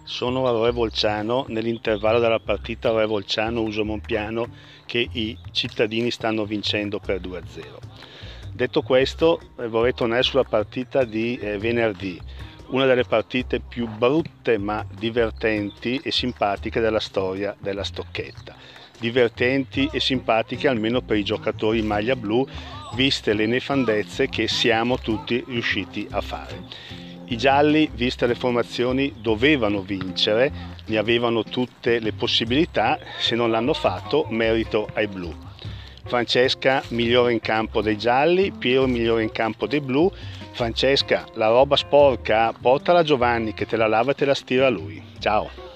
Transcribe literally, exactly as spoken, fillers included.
Sono a Roe Volciano, nell'intervallo della partita Roe Volciano-Uso Monpiano, che i cittadini stanno vincendo per due a zero. Detto questo, eh, vorrei tornare sulla partita di eh, venerdì, una delle partite più brutte ma divertenti e simpatiche della storia della Stocchetta. Divertenti e simpatiche almeno per i giocatori in maglia blu, viste le nefandezze che siamo tutti riusciti a fare. I gialli, viste le formazioni, dovevano vincere, ne avevano tutte le possibilità, se non l'hanno fatto, merito ai blu. Francesca migliore in campo dei gialli, Piero migliore in campo dei blu. Francesca, la roba sporca, portala a Giovanni che te la lava e te la stira lui. Ciao!